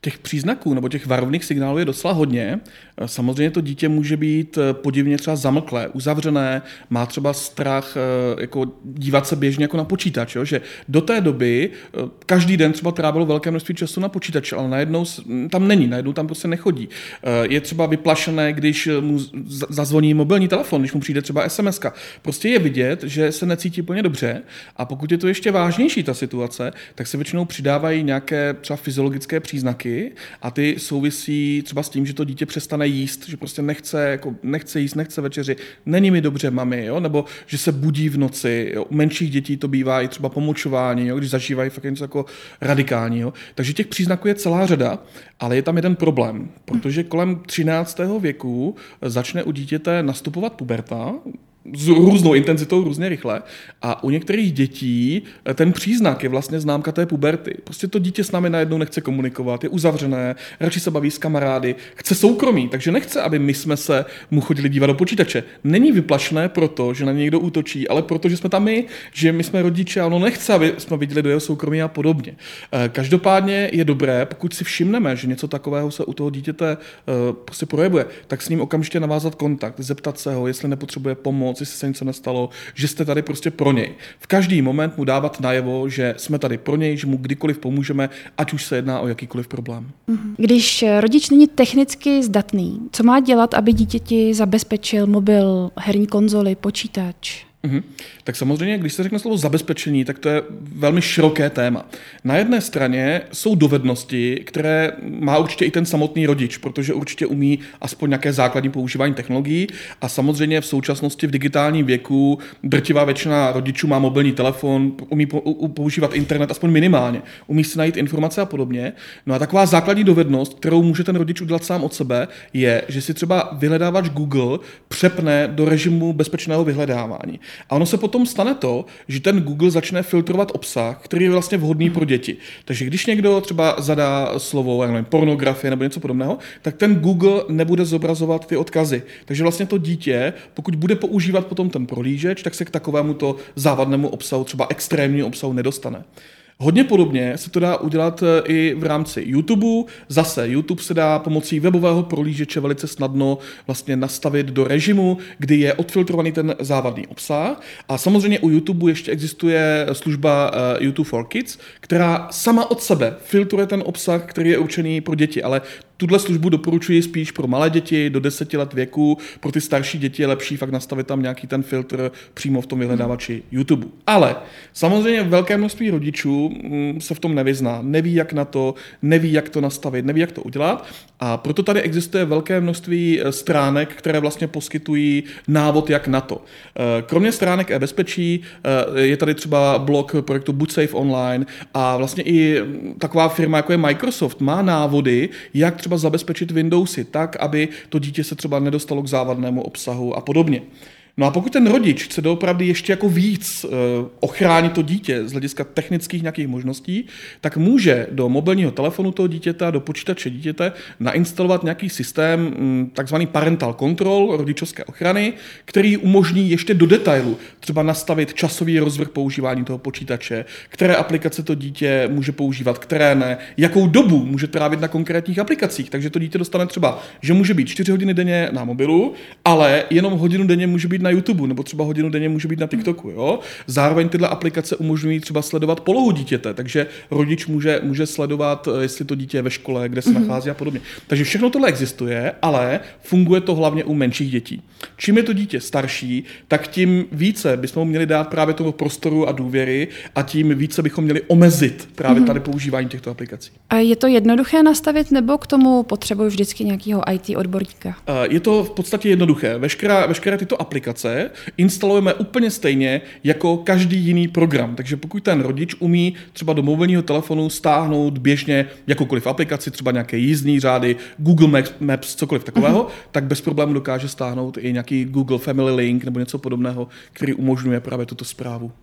Těch příznaků nebo těch varovných signálů je docela hodně. Samozřejmě to dítě může být podivně třeba zamlklé, uzavřené, má třeba strach jako dívat se běžně jako na počítač, jo? Že do té doby každý den třeba trávilo velké množství času na počítači, ale najednou tam není, najednou tam prostě nechodí. Je třeba vyplašené, když mu zazvoní mobilní telefon, když mu přijde třeba SMS-ka. Prostě je vidět, že se necítí úplně dobře, a pokud je to ještě vážnější ta situace, tak se většinou přidávají nějaké třeba fyziologické příznaky, a ty souvisí třeba s tím, že to dítě přestane jíst, že prostě nechce jíst, nechce večeři, není mi dobře, mami, jo? Nebo že se budí v noci. Jo? U menších dětí to bývá i třeba pomočování, jo? Když zažívají fakt něco jako radikálního. Takže těch příznaků je celá řada, ale je tam jeden problém, protože kolem 13. věku začne u dítěte nastupovat puberta, s různou intenzitou, různě rychle. A u některých dětí ten příznak je vlastně známka té puberty. Prostě to dítě s námi najednou nechce komunikovat, je uzavřené, radši se baví s kamarády, chce soukromí, takže nechce, aby my jsme se mu chodili dívat do počítače. Není vyplašené proto, že na něj někdo útočí, ale proto, že jsme tam my, že my jsme rodiče a ono nechce, aby jsme viděli do jeho soukromí a podobně. Každopádně je dobré, pokud si všimneme, že něco takového se u toho dítěte prostě projevuje, tak s ním okamžitě navázat kontakt, zeptat se ho, jestli nepotřebuje pomoc, jestli se něco nestalo, že jste tady prostě pro něj. V každý moment mu dávat najevo, že jsme tady pro něj, že mu kdykoliv pomůžeme, ať už se jedná o jakýkoliv problém. Když rodič není technicky zdatný, co má dělat, aby dítěti zabezpečil mobil, herní konzoli, počítač? Tak samozřejmě, když se řekne slovo zabezpečení, tak to je velmi široké téma. Na jedné straně jsou dovednosti, které má určitě i ten samotný rodič, protože určitě umí aspoň nějaké základní používání technologií, a samozřejmě v současnosti v digitálním věku drtivá většina rodičů má mobilní telefon, umí používat internet aspoň minimálně, umí si najít informace a podobně. No a taková základní dovednost, kterou může ten rodič udělat sám od sebe, je, že si třeba vyhledávač Google přepne do režimu bezpečného vyhledávání. A ono se potom stane to, že ten Google začne filtrovat obsah, který je vlastně vhodný pro děti. Takže když někdo třeba zadá slovo, nevím, pornografie nebo něco podobného, tak ten Google nebude zobrazovat ty odkazy. Takže vlastně to dítě, pokud bude používat potom ten prohlížeč, tak se k takovému to závadnému obsahu, třeba extrémnímu obsahu, nedostane. Hodně podobně se to dá udělat i v rámci YouTube. Zase YouTube se dá pomocí webového prohlížeče velice snadno vlastně nastavit do režimu, kdy je odfiltrovaný ten závadný obsah. A samozřejmě u YouTube ještě existuje služba YouTube for Kids, která sama od sebe filtruje ten obsah, který je určený pro děti, ale tuhle službu doporučuji spíš pro malé děti do 10 let věku. Pro ty starší děti je lepší fakt nastavit tam nějaký ten filtr přímo v tom vyhledávači YouTube. Ale samozřejmě velké množství rodičů se v tom nevyzná, neví jak na to, neví jak to nastavit, neví jak to udělat, a proto tady existuje velké množství stránek, které vlastně poskytují návod jak na to. Kromě stránek e-bezpečí je tady třeba blog projektu Buď Safe Online, a vlastně i taková firma jako je Microsoft má návody, jak třeba zabezpečit Windowsy tak, aby to dítě se třeba nedostalo k závadnému obsahu a podobně. No a pokud ten rodič chce doopravdy ještě jako víc ochránit to dítě z hlediska technických nějakých možností, tak může do mobilního telefonu toho dítěte, do počítače dítěte nainstalovat nějaký systém, takzvaný parental control, rodičovské ochrany, který umožní ještě do detailu třeba nastavit časový rozvrh používání toho počítače, které aplikace to dítě může používat, které ne, jakou dobu může trávit na konkrétních aplikacích. Takže to dítě dostane třeba, že může být 4 hodiny denně na mobilu, ale jenom hodinu denně může být na YouTube, nebo třeba hodinu denně může být na TikToku. Jo? Zároveň tyhle aplikace umožňují třeba sledovat polohu dítěte, takže rodič může sledovat, jestli to dítě je ve škole, kde se nachází a podobně. Takže všechno tohle existuje, ale funguje to hlavně u menších dětí. Čím je to dítě starší, tak tím více bychom měli dát právě tomu prostoru a důvěry, a tím více bychom měli omezit právě tady používání těchto aplikací. A je to jednoduché nastavit, nebo k tomu potřebuji vždycky nějakého IT odborníka? Je to v podstatě jednoduché. Veškeré tyto aplikace instalujeme úplně stejně jako každý jiný program. Takže pokud ten rodič umí třeba do mobilního telefonu stáhnout běžně jakoukoliv aplikaci, třeba nějaké jízdní řády, Google Maps, cokoliv takového, tak bez problému dokáže stáhnout i nějaký Google Family Link nebo něco podobného, který umožňuje právě tuto správu.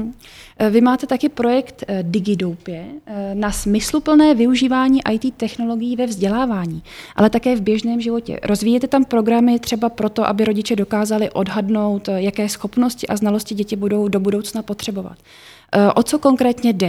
Vy máte taky projekt DigiDoupě na smysluplné využívání IT technologií ve vzdělávání, ale také v běžném životě. Rozvíjete tam programy třeba proto, aby rodiče dokázali odhadnout, jaké schopnosti a znalosti děti budou do budoucna potřebovat. O co konkrétně jde?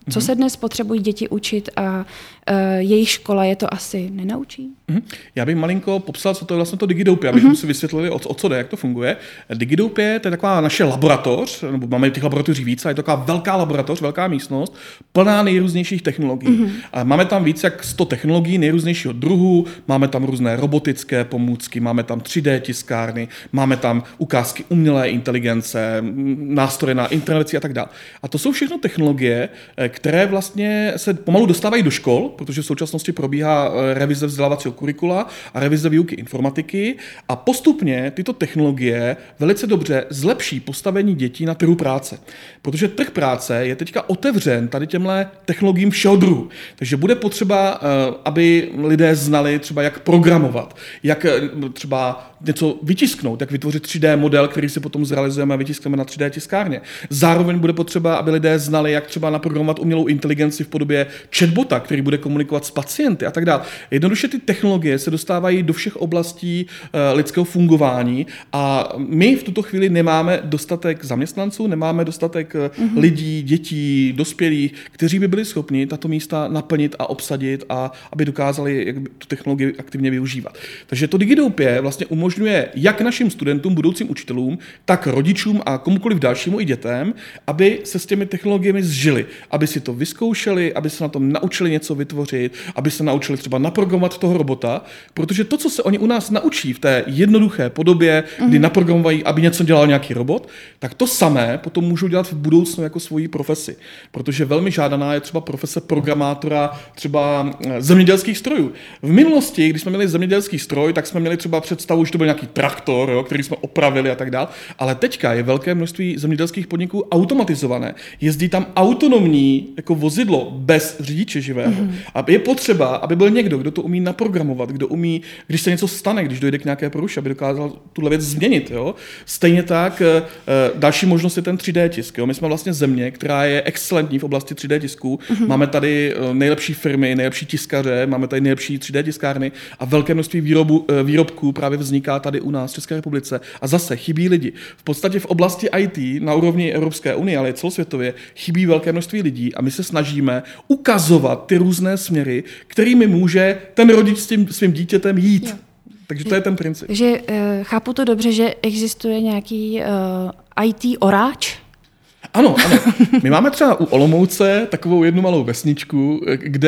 Co se dnes potřebují děti učit a jejich škola je to asi nenaučí? Já bych malinko popsal, co to je vlastně to Digidopia, abychom si vysvětlili, o co jde, jak to funguje. Digidopie, to je taková naše laboratoř, nebo máme těch laboratoří více, a je to taková velká laboratoř, velká místnost, plná nejrůznějších technologií. A máme tam víc jak 100 technologií nejrůznějšího druhu, máme tam různé robotické pomůcky, máme tam 3D tiskárny, máme tam ukázky umělé inteligence, nástroje na intervenci a tak dále. A to jsou všechno technologie, které vlastně se pomalu dostávají do škol, protože v současnosti probíhá revize vzdělávacího kurikula a revize výuky informatiky a postupně tyto technologie velice dobře zlepší postavení dětí na trhu práce. Protože trh práce je teďka otevřen tady těmhle technologiím všeho druhu. Takže bude potřeba, aby lidé znali třeba jak programovat, jak třeba něco vytisknout, jak vytvořit 3D model, který si potom zrealizujeme a vytiskneme na 3D tiskárně. Zároveň bude potřeba, aby lidé znali, jak třeba naprogramovat umělou inteligenci v podobě chatbota, který bude komunikovat s pacienty a tak dále. Jednoduše ty technologie se dostávají do všech oblastí lidského fungování a my v tuto chvíli nemáme dostatek zaměstnanců, nemáme dostatek lidí, dětí, dospělých, kteří by byli schopni tato místa naplnit a obsadit a aby dokázali tu technologii aktivně využívat. Takže to Digidopie vlastně umožňuje jak našim studentům, budoucím učitelům, tak rodičům a komukoliv dalšímu i dětem, aby se s těmi technologiemi zžili, aby si to vyzkoušeli, aby se na tom naučili něco vytvořit, aby se naučili třeba naprogramovat toho robota, protože to, co se oni u nás naučí v té jednoduché podobě, kdy naprogramují, aby něco dělal nějaký robot, tak to samé potom můžou dělat v budoucnu jako svoji profesi, protože velmi žádaná je třeba profese programátora třeba zemědělských strojů. V minulosti, když jsme měli zemědělský stroj, tak jsme měli třeba představu, že to byl nějaký traktor, jo, který jsme opravili a tak dále, ale teďka je velké množství zemědělských podniků automatizované. Jezdí tam autonomní jako vozidlo bez řidiče živého. A je potřeba, aby byl někdo, kdo to umí naprogramovat, kdo umí, když se něco stane, když dojde k nějaké poruše, aby dokázal tuhle věc změnit. Jo. Stejně tak další možnost je ten 3D tisk. Jo. My jsme vlastně země, která je excelentní v oblasti 3D tisku. Máme tady nejlepší firmy, nejlepší tiskaře, máme tady nejlepší 3D tiskárny a velké množství výrobků právě vzniká tady u nás v České republice. A zase chybí lidi. V podstatě v oblasti IT na úrovni Evropské unie, ale i celosvětově chybí velké množství lidí a my se snažíme ukazovat ty různé směry, kterými může ten rodič s tím svým dítětem jít. Jo. Takže to je ten princip. Takže chápu to dobře, že existuje nějaký IT oráč? Ano. My máme třeba u Olomouce takovou jednu malou vesničku,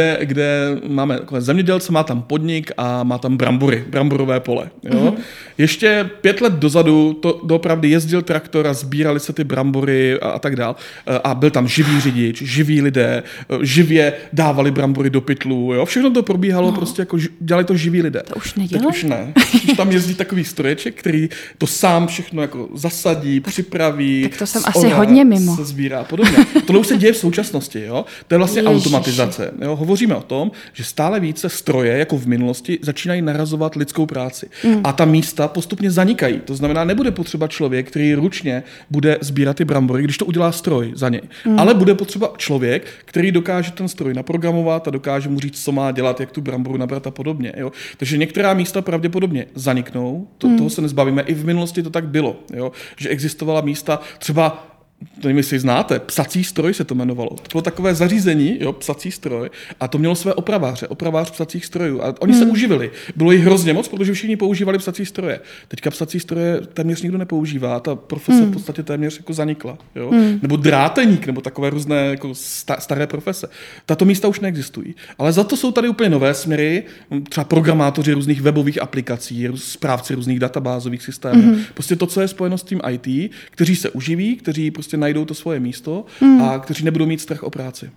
kde máme zemědělce, má tam podnik a má tam bramborové pole. Jo? Ještě 5 let dozadu to doopravdy jezdil traktor a sbírali se ty brambory a tak dál. A byl tam živý řidič, živí lidé, živě dávali brambory do pytlů. Jo? Všechno to probíhalo prostě jako dělali to živí lidé. To už nedělají? Teď už ne. Už tam jezdí takový stroječek, který to sám všechno jako zasadí, připraví. Tak to jsem asi hodně mimo. Se sbírá a podobně. Tohle už se děje v současnosti. Jo? To je vlastně automatizace. Jo? Hovoříme o tom, že stále více stroje, jako v minulosti, začínají narazovat lidskou práci. A ta místa postupně zanikají. To znamená, nebude potřeba člověk, který ručně bude sbírat ty brambory, když to udělá stroj za něj. Ale bude potřeba člověk, který dokáže ten stroj naprogramovat a dokáže mu říct, co má dělat, jak tu bramboru nabrat a podobně. Jo? Takže některá místa pravděpodobně zaniknou. Toho se nezbavíme. I v minulosti to tak bylo. Jo? Že existovala místa třeba to nevím, jestli znáte, psací stroj se to jmenovalo. To bylo takové zařízení, jo, psací stroj, a to mělo své opravář psacích strojů. A oni se uživili. Bylo jich hrozně moc, protože všichni používali psací stroje. Teďka psací stroje téměř nikdo nepoužívá, ta profese v podstatě téměř jako zanikla. Jo? Nebo dráteník, nebo takové různé jako staré profese. Tato místa už neexistují. Ale za to jsou tady úplně nové směry, třeba programátoři různých webových aplikací, správci různých databázových systémů. Prostě to, co je spojeno s tím IT, kteří se uživí, kteří prostě najdou to svoje místo a kteří nebudou mít strach o práci.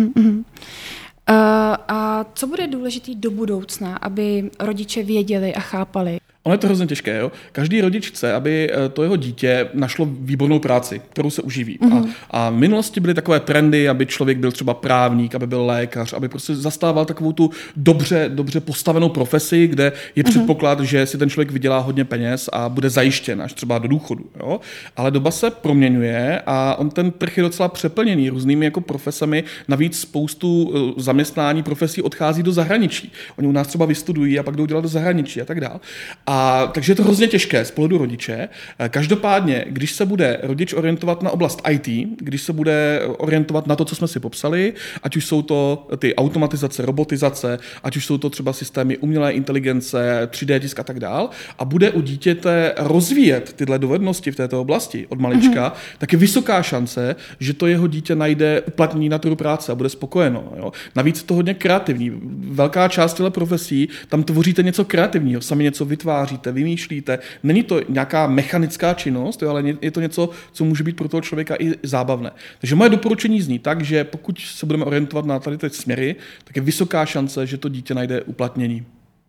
A co bude důležitý do budoucna, aby rodiče věděli a chápali? Ono je to hrozně těžké. Jo? Každý rodič chce, aby to jeho dítě našlo výbornou práci, kterou se uživí. A v minulosti byly takové trendy, aby člověk byl třeba právník, aby byl lékař, aby prostě zastával takovou tu dobře postavenou profesi, kde je předpoklad, že si ten člověk vydělá hodně peněz a bude zajištěn až třeba do důchodu. Jo? Ale doba se proměňuje a ten trh je docela přeplněný různými jako profesemi. Navíc spoustu zaměstnání profesí odchází do zahraničí. Oni u nás třeba vystudují a pak jdou dělat do zahraničí a tak dále. Takže je to hrozně těžké z pohledu rodiče. Každopádně, když se bude rodič orientovat na oblast IT, když se bude orientovat na to, co jsme si popsali, ať už jsou to ty automatizace, robotizace, ať už jsou to třeba systémy umělé inteligence, 3D tisk a tak dál, a bude u dítěte rozvíjet tyhle dovednosti v této oblasti od malička, tak je vysoká šance, že to jeho dítě najde uplatnění na trhu práce a bude spokojeno. Jo? Navíc je to hodně kreativní. Velká část těchto profesí, tam tvoříte něco kreativního, sami něco vytváříte, vymýšlíte. Není to nějaká mechanická činnost, jo, ale je to něco, co může být pro toho člověka i zábavné. Takže moje doporučení zní tak, že pokud se budeme orientovat na tady ty směry, tak je vysoká šance, že to dítě najde uplatnění.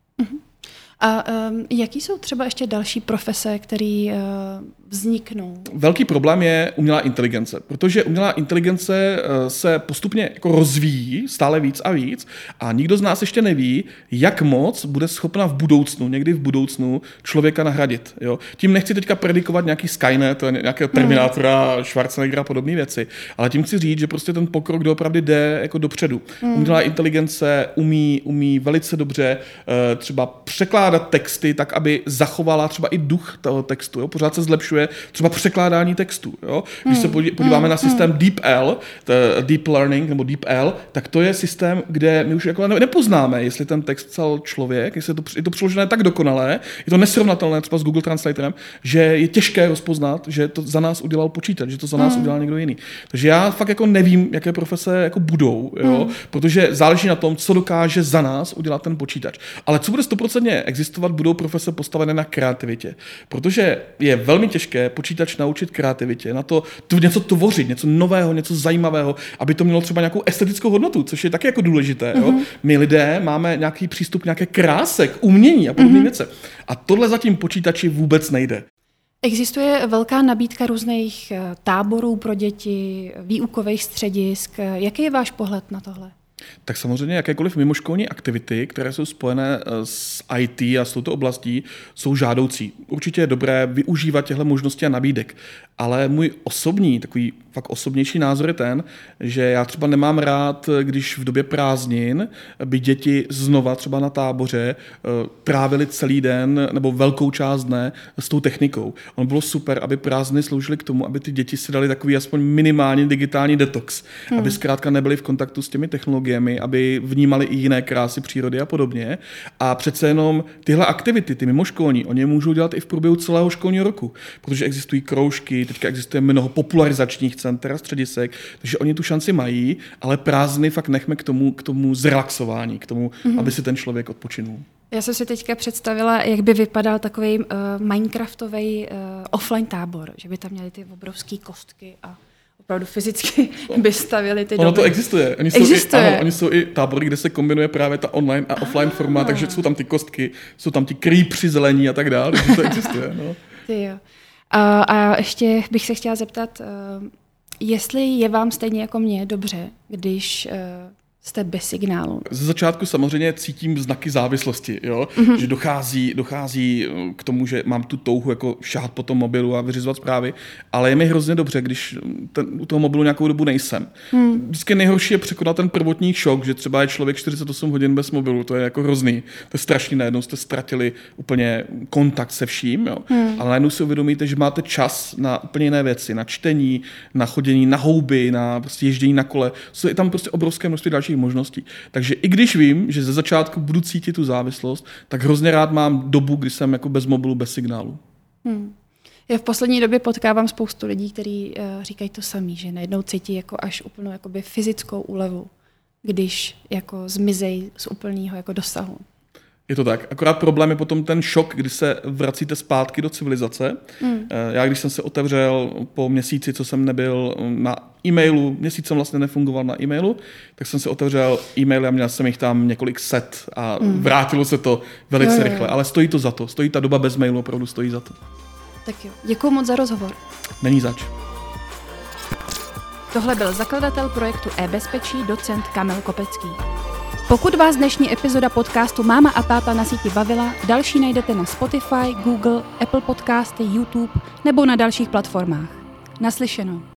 A jaký jsou třeba ještě další profese, které vzniknou? Velký problém je umělá inteligence, protože umělá inteligence se postupně jako rozvíjí stále víc a víc a nikdo z nás ještě neví, jak moc bude schopna někdy v budoucnu člověka nahradit. Jo? Tím nechci teďka predikovat nějaký Skynet, nějakého Terminátora, Schwarzeneggera a podobné věci, ale tím chci říct, že prostě ten pokrok doopravdy jde jako dopředu. Umělá inteligence umí velice dobře třeba překládat texty tak, aby zachovala třeba i duch toho textu. Jo? Pořád se zlepšuje třeba překládání textu. Jo? Když se podíváme na systém DeepL, Deep Learning nebo DeepL, tak to je systém, kde my už jako nepoznáme, jestli ten text psal člověk, jestli je to přeložené tak dokonalé, je to nesrovnatelné třeba s Google Translatorem, že je těžké rozpoznat, že to za nás udělal počítač, že to za nás udělal někdo jiný. Takže já fakt jako nevím, jaké profese jako budou, jo? Protože záleží na tom, co dokáže za nás udělat ten počítač. Ale co bude 100% existovat, budou profese postavené na kreativitě. Protože je velmi těžké počítač naučit kreativitě, na to něco tvořit, něco nového, něco zajímavého, aby to mělo třeba nějakou estetickou hodnotu, což je taky jako důležité. Jo? My lidé máme nějaký přístup k nějaké kráse, k umění a podobné věci. A tohle zatím počítači vůbec nejde. Existuje velká nabídka různých táborů pro děti, výukových středisk. Jaký je váš pohled na tohle? Tak samozřejmě jakékoliv mimoškolní aktivity, které jsou spojené s IT a s touto oblastí, jsou žádoucí. Určitě je dobré využívat těchto možností a nabídek, ale můj osobní, takový fakt osobnější názor je ten, že já třeba nemám rád, když v době prázdnin by děti znova třeba na táboře trávili celý den nebo velkou část dne s tou technikou. Ono bylo super, aby prázdniny sloužily k tomu, aby ty děti si dali takový aspoň minimální digitální detox, aby zkrátka nebyli v kontaktu s těmi technologiemi, aby vnímali i jiné krásy přírody a podobně. A přece jenom tyhle aktivity, ty mimoškolní, oni můžou dělat i v průběhu celého školního roku, protože existují kroužky, teďka existuje mnoho popularizačních center a středisek, takže oni tu šanci mají, ale prázdniny fakt nechme k tomu zrelaxování, k tomu, aby si ten člověk odpočinul. Já jsem si teďka představila, jak by vypadal takový Minecraftový offline tábor, že by tam měli ty obrovské kostky a opravdu fyzicky by stavili ty domy. Ono to existuje. Oni jsou i tábory, kde se kombinuje právě ta online a offline forma, takže jsou tam ty kostky, jsou tam ti creepři zelení a tak dále, takže to existuje. No. Ty jo. A ještě bych se chtěla zeptat, jestli je vám stejně jako mně dobře, když jste bez signálu. Ze začátku samozřejmě cítím znaky závislosti, jo? Že dochází k tomu, že mám tu touhu jako šáhat po tom mobilu a vyřizovat zprávy, ale je mi hrozně dobře, když u toho mobilu nějakou dobu nejsem. Vždycky nejhorší je překonat ten prvotní šok, že třeba je člověk 48 hodin bez mobilu, to je jako hrozný. To je strašný, najednou jste ztratili úplně kontakt se vším, jo? Ale najednou si uvědomíte, že máte čas na úplně jiné věci, na čtení, na chodění na houby, na prostě ježdění na kole. Je tam prostě obrovské množství dalších možností. Takže i když vím, že ze začátku budu cítit tu závislost, tak hrozně rád mám dobu, kdy jsem jako bez mobilu, bez signálu. Já v poslední době potkávám spoustu lidí, kteří říkají to samý, že najednou cítí jako až úplnou jakoby fyzickou úlevu, když jako zmizejí z úplného jako dosahu. Je to tak. Akorát problém je potom ten šok, kdy se vracíte zpátky do civilizace. Já, když jsem se otevřel po měsíci, co jsem nebyl na e-mailu, měsíc jsem vlastně nefungoval na e-mailu, tak jsem se otevřel e-maily a měl jsem jich tam několik set a vrátilo se to velice rychle. Ale stojí to za to. Stojí ta doba bez mailu, opravdu stojí za to. Tak jo. Děkuju moc za rozhovor. Není zač. Tohle byl zakladatel projektu e-bezpečí, docent Kamil Kopecký. Pokud vás dnešní epizoda podcastu Máma a táta na síti bavila, další najdete na Spotify, Google, Apple Podcasty, YouTube nebo na dalších platformách. Naslyšenou.